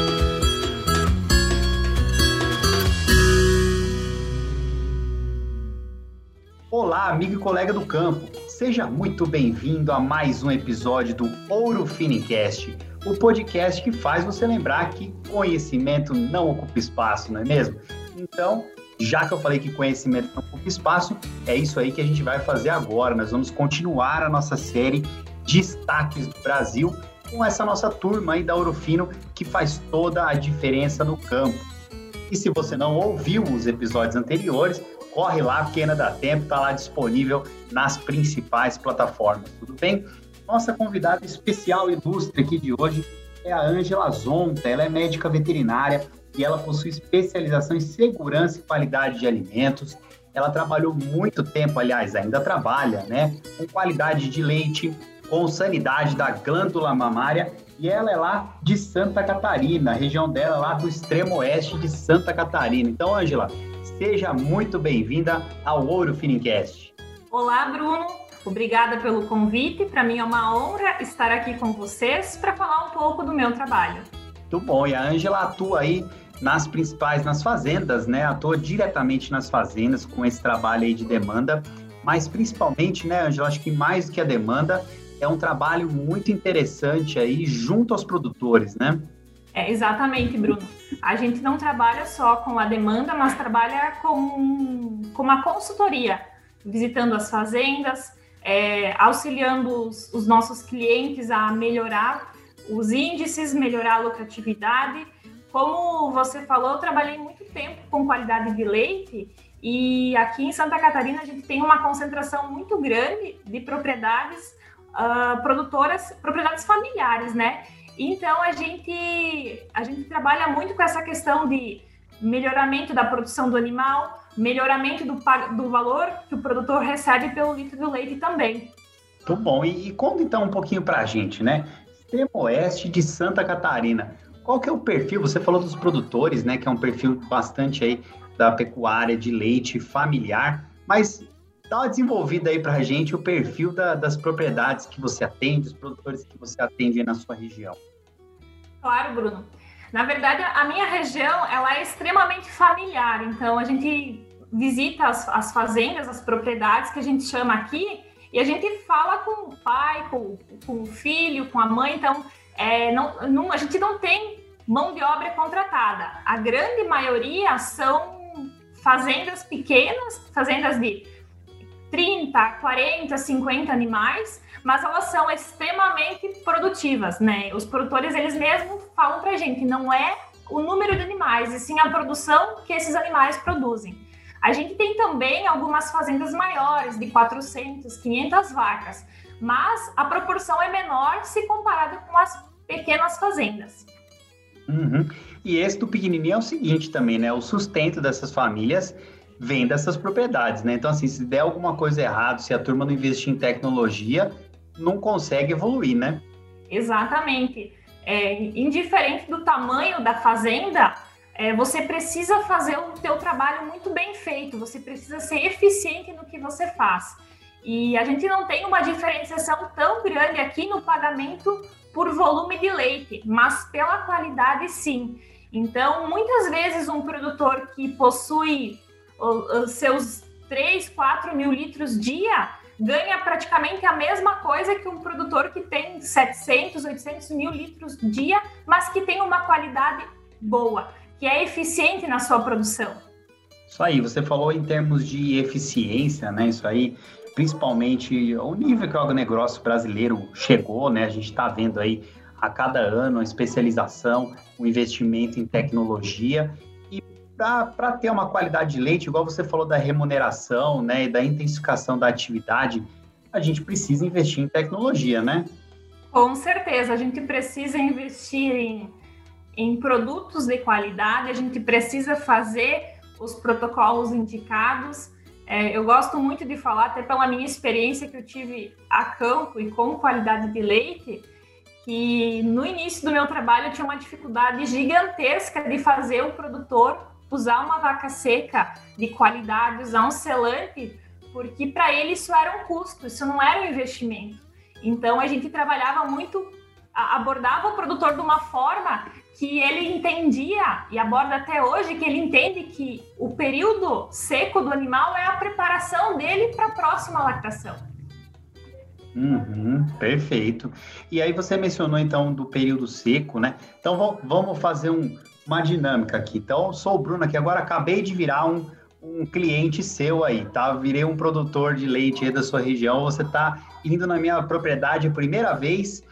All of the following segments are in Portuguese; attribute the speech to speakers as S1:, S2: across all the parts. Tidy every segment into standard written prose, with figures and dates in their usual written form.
S1: Olá, amigo e colega do campo. Seja muito bem-vindo a mais um episódio do Ouro Finicast, o podcast que faz você lembrar que conhecimento não ocupa espaço, não é mesmo? Então, já que eu falei que conhecimento não ocupa espaço, é isso aí que a gente vai fazer agora. Nós vamos continuar a nossa série Destaques do Brasil com essa nossa turma aí da Ouro Fino que faz toda a diferença no campo. E se você não ouviu os episódios anteriores, corre lá, porque ainda dá tempo, está lá disponível nas principais plataformas, tudo bem? Nossa convidada especial e ilustre aqui de hoje é a Ângela Zonta. Ela é médica veterinária e ela possui especialização em segurança e qualidade de alimentos. Ela trabalhou muito tempo, aliás, ainda trabalha, né? Com qualidade de leite, com sanidade da glândula mamária, e ela é lá de Santa Catarina, a região dela lá do extremo oeste de Santa Catarina. Então, Ângela, seja muito bem-vinda ao Ouro Finicast.
S2: Olá, Bruno. Obrigada pelo convite. Para mim é uma honra estar aqui com vocês para falar um pouco do meu trabalho.
S1: Muito bom. E a Ângela atua aí nas fazendas, né? Atua diretamente nas fazendas com esse trabalho aí de demanda. Mas principalmente, né, Ângela, acho que mais do que a demanda, é um trabalho muito interessante aí junto aos produtores, né?
S2: Exatamente, Bruno. A gente não trabalha só com a demanda, mas trabalha com uma consultoria, visitando as fazendas, auxiliando os nossos clientes a melhorar os índices, melhorar a lucratividade. Como você falou, eu trabalhei muito tempo com qualidade de leite e aqui em Santa Catarina a gente tem uma concentração muito grande de propriedades propriedades familiares, né? Então, a gente trabalha muito com essa questão de melhoramento da produção do animal, melhoramento do valor que o produtor recebe pelo litro do leite também.
S1: Muito bom. E conta então um pouquinho para a gente, né? Extremo Oeste de Santa Catarina. Qual que é o perfil? Você falou dos produtores, né? Que é um perfil bastante aí da pecuária de leite familiar, mas dá uma desenvolvida aí para a gente o perfil das propriedades que você atende, os produtores que você atende aí na sua região.
S2: Claro, Bruno. Na verdade, a minha região ela é extremamente familiar, então a gente visita as fazendas, as propriedades que a gente chama aqui, e a gente fala com o pai, com o filho, com a mãe, então a gente não tem mão de obra contratada. A grande maioria são fazendas pequenas, fazendas de 30, 40, 50 animais, mas elas são extremamente produtivas, né? Os produtores, eles mesmos falam pra gente, não é o número de animais, e sim a produção que esses animais produzem. A gente tem também algumas fazendas maiores, de 400, 500 vacas, mas a proporção é menor se comparada com as pequenas fazendas.
S1: Uhum. E esse do pequenininho é o seguinte também, né? O sustento dessas famílias vem dessas propriedades, né? Então, assim, se der alguma coisa errada, se a turma não investir em tecnologia, não consegue evoluir, né?
S2: Exatamente. Indiferente do tamanho da fazenda, você precisa fazer o teu trabalho muito bem feito, você precisa ser eficiente no que você faz. E a gente não tem uma diferenciação tão grande aqui no pagamento por volume de leite, mas pela qualidade, sim. Então, muitas vezes um produtor que possui os seus 3, 4 mil litros dia ganha praticamente a mesma coisa que um produtor que tem 700, 800 mil litros dia, mas que tem uma qualidade boa, que é eficiente na sua produção.
S1: Isso aí, você falou em termos de eficiência, né? Isso aí, principalmente o nível que o agronegócio brasileiro chegou, né? A gente está vendo aí a cada ano a especialização, o investimento em tecnologia. Para ter uma qualidade de leite, igual você falou da remuneração, né, e da intensificação da atividade, a gente precisa investir em tecnologia, né?
S2: Com certeza, a gente precisa investir em produtos de qualidade, a gente precisa fazer os protocolos indicados. Eu gosto muito de falar, até pela minha experiência que eu tive a campo e com qualidade de leite, que no início do meu trabalho eu tinha uma dificuldade gigantesca de fazer o produtor usar uma vaca seca de qualidade, usar um selante, porque para ele isso era um custo, isso não era um investimento. Então a gente trabalhava muito, abordava o produtor de uma forma que ele entendia, e aborda até hoje, que ele entende que o período seco do animal é a preparação dele para a próxima lactação.
S1: Perfeito. E aí você mencionou, então, do período seco, né? Então, vamos fazer uma dinâmica aqui. Então, eu sou o Bruno aqui, agora acabei de virar um cliente seu aí, tá? Virei um produtor de leite aí da sua região, você tá indo na minha propriedade a primeira vez.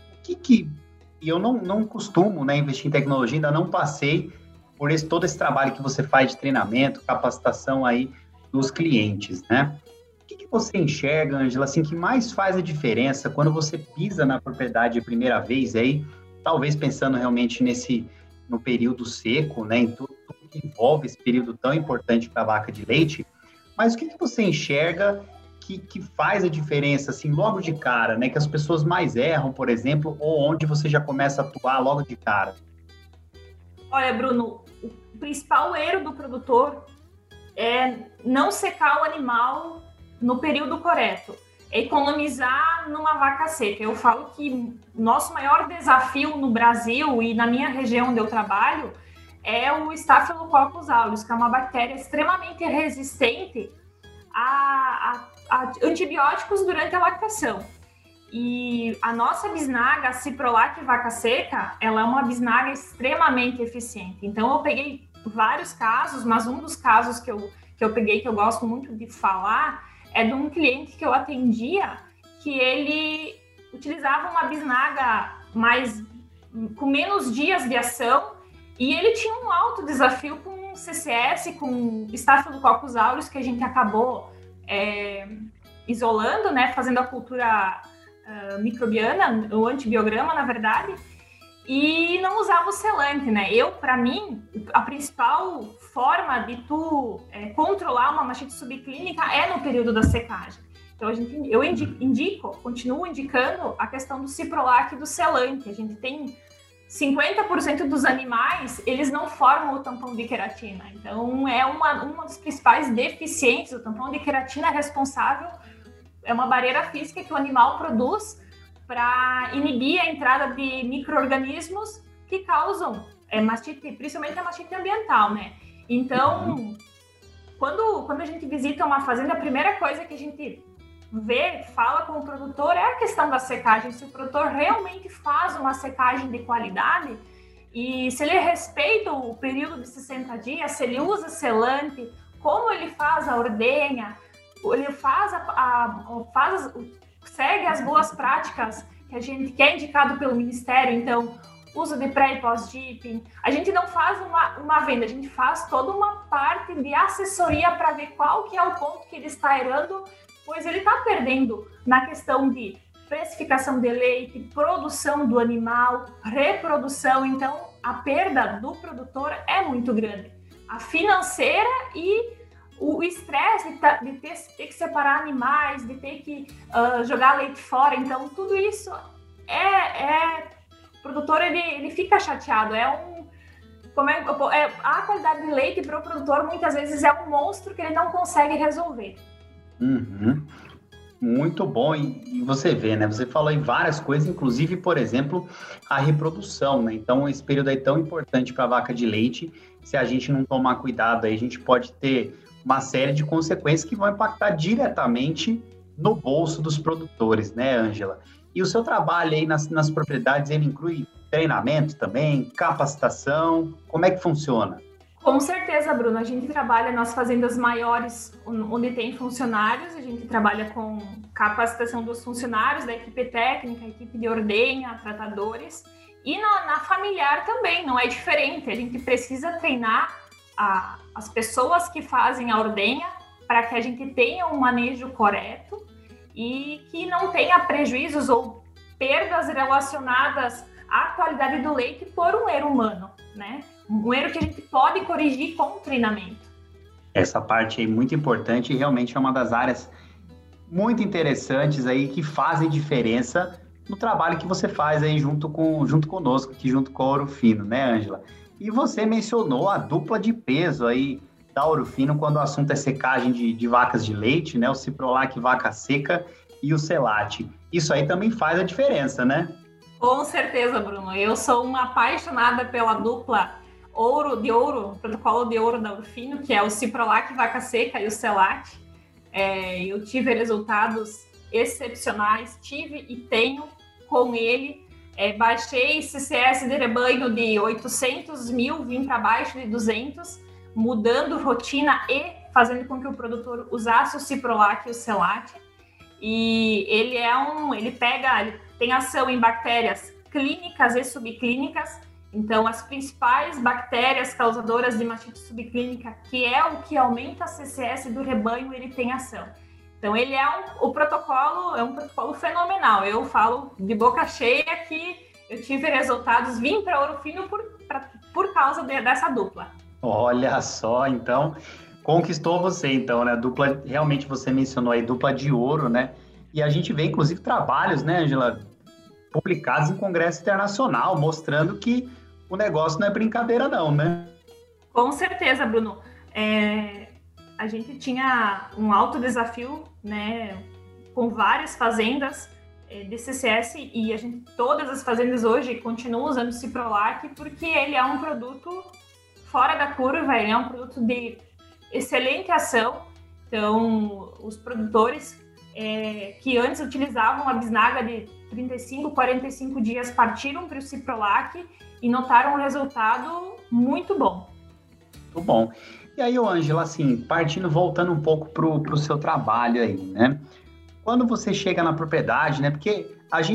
S1: E eu não costumo, né, investir em tecnologia, ainda não passei por todo esse trabalho que você faz de treinamento, capacitação aí dos clientes, né? O que você enxerga, Ângela, assim, que mais faz a diferença quando você pisa na propriedade a primeira vez aí, talvez pensando realmente no período seco, né, em tudo que envolve esse período tão importante para a vaca de leite, mas o que você enxerga que faz a diferença, assim, logo de cara, né, que as pessoas mais erram, por exemplo, ou onde você já começa a atuar logo de cara?
S2: Olha, Bruno, o principal erro do produtor é não secar o animal no período correto, é economizar numa vaca seca. Eu falo que nosso maior desafio no Brasil e na minha região onde eu trabalho é o Staphylococcus aureus, que é uma bactéria extremamente resistente a antibióticos durante a lactação. E a nossa bisnaga, a Ciprolac vaca seca, ela é uma bisnaga extremamente eficiente. Então, eu peguei vários casos, mas um dos casos que eu peguei, que eu gosto muito de falar, é de um cliente que eu atendia, que ele utilizava uma bisnaga com menos dias de ação, e ele tinha um alto desafio com CCS, com Staphylococcus aureus, que a gente acabou isolando, né, fazendo a cultura microbiana, o antibiograma, na verdade, e não usava o selante, né? Para mim, a principal forma de tu controlar uma mastite subclínica é no período da secagem. Então, continuo indicando a questão do Ciprolac e do selante. A gente tem 50% dos animais, eles não formam o tampão de queratina. Então, é uma das principais deficiências. O tampão de queratina é responsável, é uma barreira física que o animal produz para inibir a entrada de micro-organismos que causam mastite, principalmente a mastite ambiental, né? Então, quando a gente visita uma fazenda, a primeira coisa que a gente fala com o produtor é a questão da secagem. Se o produtor realmente faz uma secagem de qualidade e se ele respeita o período de 60 dias, se ele usa selante, como ele faz a ordenha, ele segue as boas práticas que é indicado pelo Ministério. Então, uso de pré e pós-dipping. A gente não faz uma venda, a gente faz toda uma parte de assessoria para ver qual que é o ponto que ele está errando, pois ele está perdendo na questão de precificação de leite, produção do animal, reprodução. Então, a perda do produtor é muito grande. A financeira e o estresse de ter que separar animais, de ter que jogar leite fora. Então, tudo isso o produtor ele fica chateado. A qualidade de leite para o produtor muitas vezes é um monstro que ele não consegue resolver.
S1: Muito bom, e você vê, né? Você falou em várias coisas, inclusive, por exemplo, a reprodução, né? Então, esse período é tão importante para a vaca de leite. Se a gente não tomar cuidado, aí a gente pode ter uma série de consequências que vão impactar diretamente no bolso dos produtores, né, Ângela? E o seu trabalho aí nas propriedades, ele inclui treinamento também, capacitação? Como é que funciona?
S2: Com certeza, Bruno. A gente trabalha nas fazendas maiores, onde tem funcionários, a gente trabalha com capacitação dos funcionários, da equipe técnica, equipe de ordenha, tratadores. E na familiar também, não é diferente. A gente precisa treinar as pessoas que fazem a ordenha para que a gente tenha um manejo correto e que não tenha prejuízos ou perdas relacionadas à qualidade do leite por um erro humano, né? Um erro que a gente pode corrigir com o treinamento.
S1: Essa parte aí é muito importante e realmente é uma das áreas muito interessantes aí que fazem diferença no trabalho que você faz aí junto conosco, aqui junto com a Ouro Fino, né, Ângela? E você mencionou a dupla de peso aí da Ouro Fino quando o assunto é secagem de vacas de leite, né? O Ciprolac vaca seca e o Selate. Isso aí também faz a diferença, né?
S2: Com certeza, Bruno. Eu sou uma apaixonada pela dupla protocolo de ouro da Urfino, que é o Ciprolac Vaca Seca e o Celac. Eu tive resultados excepcionais, tive e tenho com ele. Baixei CCS de rebanho de 800 mil, vim para baixo de 200, mudando rotina e fazendo com que o produtor usasse o Ciprolac e o Celac. E ele tem ação em bactérias clínicas e subclínicas. Então, as principais bactérias causadoras de mastite subclínica, que é o que aumenta a CCS do rebanho, ele tem ação. Então, ele é um protocolo fenomenal. Eu falo de boca cheia que eu tive resultados, vim para Ouro Fino por causa dessa dupla.
S1: Olha só, então, conquistou você, então, né? Dupla, realmente você mencionou aí, dupla de ouro, né? E a gente vê, inclusive, trabalhos, né, Ângela, publicados em congresso internacional, mostrando que o negócio não é brincadeira não, né?
S2: Com certeza, Bruno. A gente tinha um alto desafio, né, com várias fazendas de CCS e todas as fazendas hoje continuam usando o Ciprolac porque ele é um produto fora da curva, ele é um produto de excelente ação. Então, os produtores que antes utilizavam a bisnaga de 35, 45 dias partiram para o Ciprolac e notaram um resultado muito bom.
S1: Muito bom. E aí, Ângela, assim, voltando um pouco para o seu trabalho aí, né? Quando você chega na propriedade, né? Porque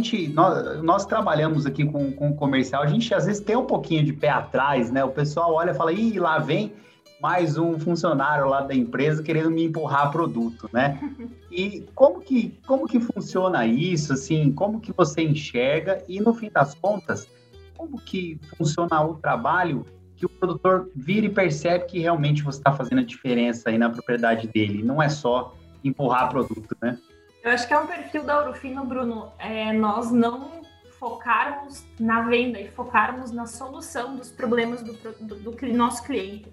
S1: nós trabalhamos aqui com comercial, a gente às vezes tem um pouquinho de pé atrás, né? O pessoal olha e fala, ih, lá vem mais um funcionário lá da empresa querendo me empurrar produto, né? E como que funciona isso, assim, como que você enxerga e, no fim das contas, como que funciona o trabalho que o produtor vira e percebe que realmente você está fazendo a diferença aí na propriedade dele, não é só empurrar produto, né?
S2: Eu acho que é um perfil da Ouro Fino, Bruno, nós não focarmos na venda e focarmos na solução dos problemas do nosso cliente.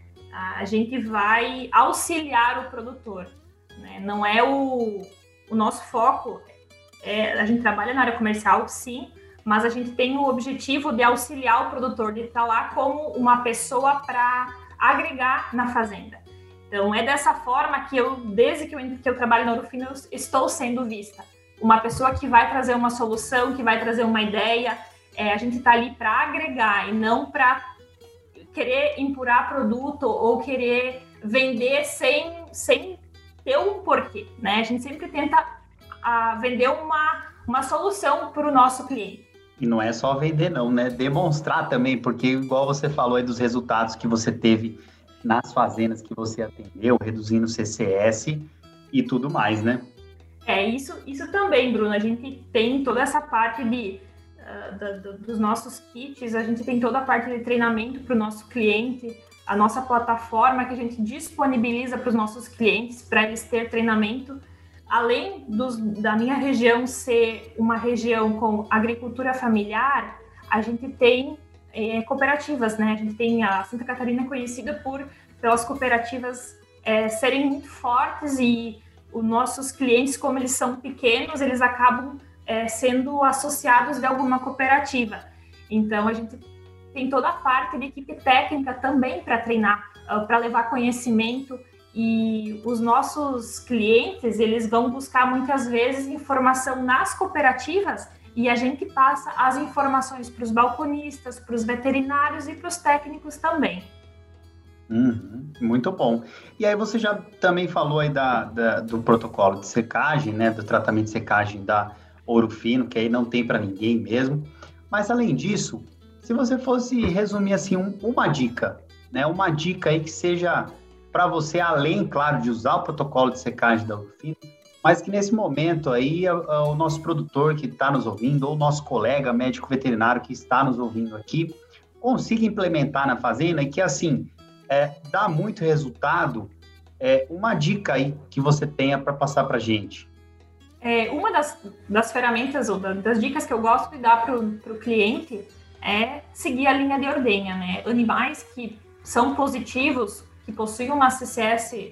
S2: A gente vai auxiliar o produtor, né? Não é o nosso foco, a gente trabalha na área comercial, sim, mas a gente tem o objetivo de auxiliar o produtor, de estar lá como uma pessoa para agregar na fazenda. Então, é dessa forma que desde que eu trabalho na Ouro Fino, eu estou sendo vista. Uma pessoa que vai trazer uma solução, que vai trazer uma ideia, a gente está ali para agregar e não para querer empurrar produto ou querer vender sem ter um porquê, né? A gente sempre tenta vender uma solução para o nosso cliente.
S1: E não é só vender não, né? Demonstrar também, porque igual você falou aí dos resultados que você teve nas fazendas que você atendeu, reduzindo o CCS e tudo mais, né?
S2: Isso também, Bruno. A gente tem toda essa parte dos nossos kits, a gente tem toda a parte de treinamento para o nosso cliente, a nossa plataforma que a gente disponibiliza para os nossos clientes, para eles ter treinamento. Além da minha região ser uma região com agricultura familiar, a gente tem cooperativas, né? A gente tem a Santa Catarina conhecida pelas cooperativas serem muito fortes e os nossos clientes, como eles são pequenos, eles acabam sendo associados de alguma cooperativa. Então, a gente tem toda a parte de equipe técnica também para treinar, para levar conhecimento. E os nossos clientes, eles vão buscar muitas vezes informação nas cooperativas e a gente passa as informações para os balconistas, para os veterinários e para os técnicos também.
S1: Muito bom. E aí você já também falou aí do protocolo de secagem, né, do tratamento de secagem da Ouro Fino, que aí não tem para ninguém mesmo. Mas além disso, se você fosse resumir assim uma dica, né, uma dica aí que seja para você, além, claro, de usar o protocolo de secagem da Ouro Fino, mas que nesse momento aí o nosso produtor que está nos ouvindo, ou o nosso colega médico veterinário que está nos ouvindo aqui, consiga implementar na fazenda e que, assim, dá muito resultado, uma dica aí que você tenha para passar para a gente.
S2: Uma das ferramentas ou das dicas que eu gosto de dar para o cliente é seguir a linha de ordenha, né? Animais que são positivos, que possuem uma CCS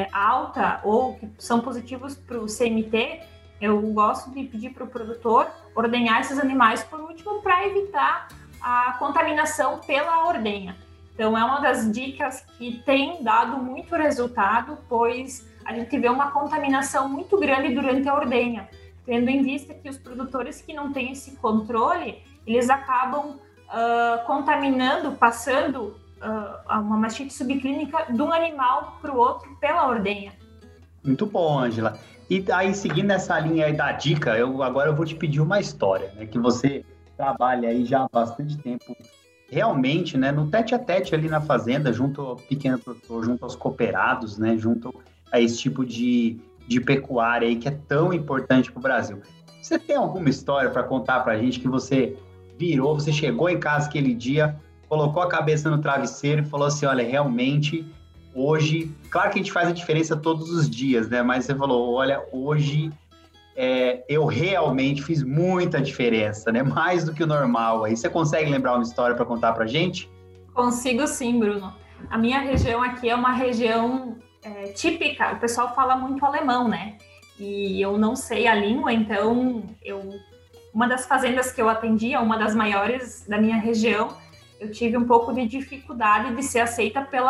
S2: alta ou que são positivos para o CMT, eu gosto de pedir para o produtor ordenhar esses animais por último para evitar a contaminação pela ordenha. Então, é uma das dicas que tem dado muito resultado, pois a gente vê uma contaminação muito grande durante a ordenha, tendo em vista que os produtores que não têm esse controle, eles acabam contaminando, passando uma mastite subclínica de um animal para o outro pela ordenha.
S1: Muito bom, Ângela. E aí, seguindo essa linha aí da dica, agora eu vou te pedir uma história, né? Que você trabalha aí já há bastante tempo, realmente, né? No tete-a-tete ali na fazenda, junto ao pequeno produtor, junto aos cooperados, né? Junto a esse tipo de pecuária aí que é tão importante para o Brasil. Você tem alguma história para contar para a gente que você chegou em casa aquele dia, colocou a cabeça no travesseiro e falou assim, olha, realmente, hoje, claro que a gente faz a diferença todos os dias, né? Mas você falou, olha, hoje eu realmente fiz muita diferença, né? Mais do que o normal. Aí você consegue lembrar uma história para contar para a gente?
S2: Consigo sim, Bruno. A minha região aqui é uma região típica, o pessoal fala muito alemão, né? E eu não sei a língua, então uma das fazendas que eu atendia, uma das maiores da minha região, eu tive um pouco de dificuldade de ser aceita por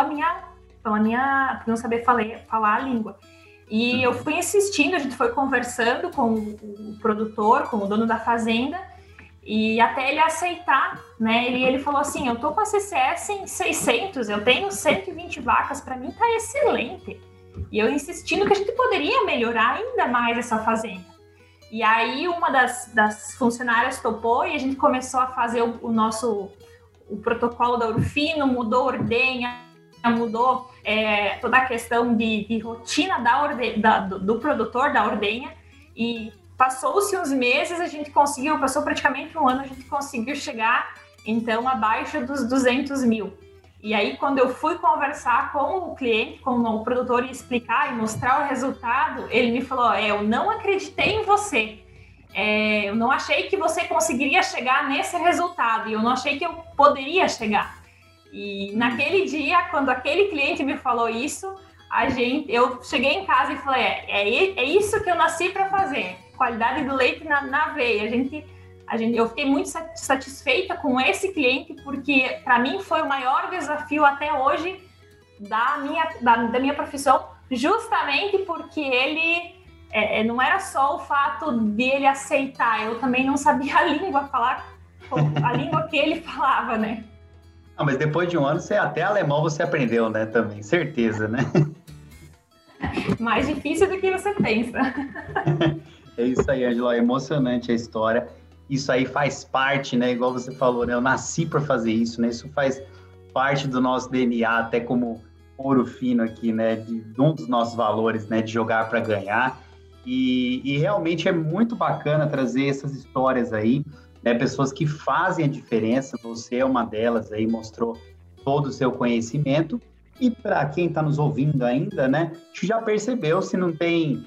S2: não saber falar a língua. E eu fui insistindo, a gente foi conversando com o produtor, com o dono da fazenda, e até ele aceitar, né? Ele falou assim, eu tô com a CCS em 600, eu tenho 120 vacas, para mim tá excelente. E eu insistindo que a gente poderia melhorar ainda mais essa fazenda. E aí uma das funcionárias topou e a gente começou a fazer o protocolo da Ouro Fino, mudou a ordenha, mudou toda a questão de rotina do produtor da ordenha, e passou-se uns meses, passou praticamente um ano, a gente conseguiu chegar, então, abaixo dos 200 mil. E aí, quando eu fui conversar com o cliente, com o produtor, e explicar e mostrar o resultado, ele me falou, eu não acreditei em você, eu não achei que você conseguiria chegar nesse resultado, e eu não achei que eu poderia chegar. E naquele dia, quando aquele cliente me falou isso, eu cheguei em casa e falei, é isso que eu nasci para fazer, qualidade do leite na veia. Eu fiquei muito satisfeita com esse cliente, porque para mim foi o maior desafio até hoje da minha profissão, justamente porque ele não era só o fato de ele aceitar, eu também não sabia a língua que ele falava, né?
S1: Ah, mas depois de um ano, até alemão você aprendeu, né? Também, certeza, né?
S2: Mais difícil do que você pensa.
S1: É isso aí, Ângela, é emocionante a história. Isso aí faz parte, né? Igual você falou, né? Eu nasci para fazer isso, né? Isso faz parte do nosso DNA, até como Ouro Fino aqui, né? De um dos nossos valores, né? De jogar para ganhar. E realmente é muito bacana trazer essas histórias aí, né? Pessoas que fazem a diferença. Você é uma delas aí, mostrou todo o seu conhecimento. E para quem está nos ouvindo ainda, né? A gente já percebeu, se não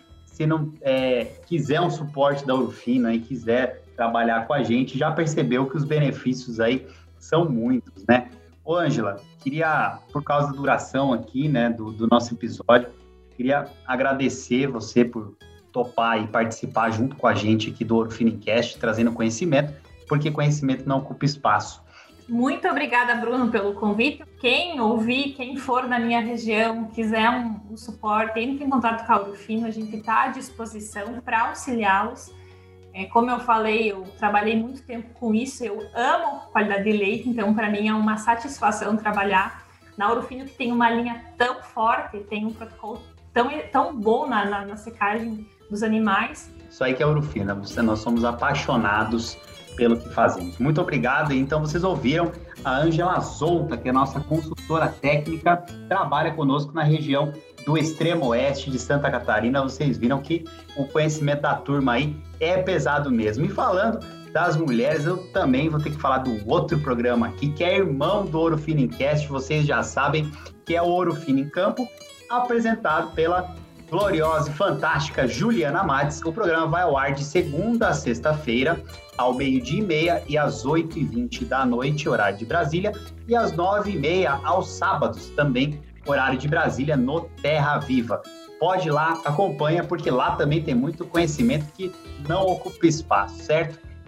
S1: quiser um suporte da Ouro Fino e quiser trabalhar com a gente, já percebeu que os benefícios aí são muitos, né? Ô, Ângela, queria, por causa da duração aqui, né, do nosso episódio, queria agradecer você por topar e participar junto com a gente aqui do Ouro Finicast, trazendo conhecimento, porque conhecimento não ocupa espaço.
S2: Muito obrigada, Bruno, pelo convite. Quem ouvir, quem for na minha região, quiser um suporte, entre em contato com a Ouro Fino, a gente está à disposição para auxiliá-los. Como eu falei, eu trabalhei muito tempo com isso, eu amo qualidade de leite, então para mim é uma satisfação trabalhar na Ouro Fino, que tem uma linha tão forte, tem um protocolo tão bom na secagem dos animais.
S1: Isso aí que é Ouro Fino, nós somos apaixonados pelo que fazemos. Muito obrigado. Então, vocês ouviram a Ângela Zolta, que é nossa consultora técnica, trabalha conosco na região do extremo oeste de Santa Catarina. Vocês viram que o conhecimento da turma aí é pesado mesmo. E falando das mulheres, eu também vou ter que falar do outro programa aqui, que é irmão do Ouro Fino Cast. Vocês já sabem que é o Ouro Fino em Campo, apresentado pela gloriosa e fantástica Juliana Mates. O programa vai ao ar de segunda a sexta-feira, ao 12h30 e às 8h20 da noite, horário de Brasília, e às 9h30 aos sábados, também horário de Brasília, no Terra Viva. Pode ir lá, acompanha, porque lá também tem muito conhecimento que não ocupa espaço, certo?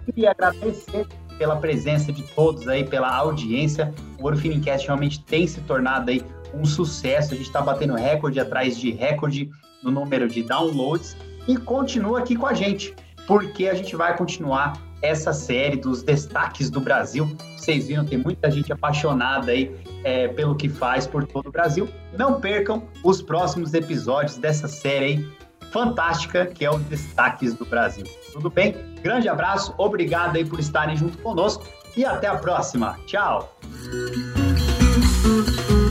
S1: Queria agradecer pela presença de todos aí, pela audiência. O Ouro Finicast realmente tem se tornado aí um sucesso. A gente está batendo recorde atrás de recorde no número de downloads e continua aqui com a gente, porque a gente vai continuar essa série dos destaques do Brasil. Vocês viram, tem muita gente apaixonada aí pelo que faz por todo o Brasil. Não percam os próximos episódios dessa série aí fantástica, que é o Destaques do Brasil. Tudo bem? Grande abraço, obrigado aí por estarem junto conosco e até a próxima. Tchau!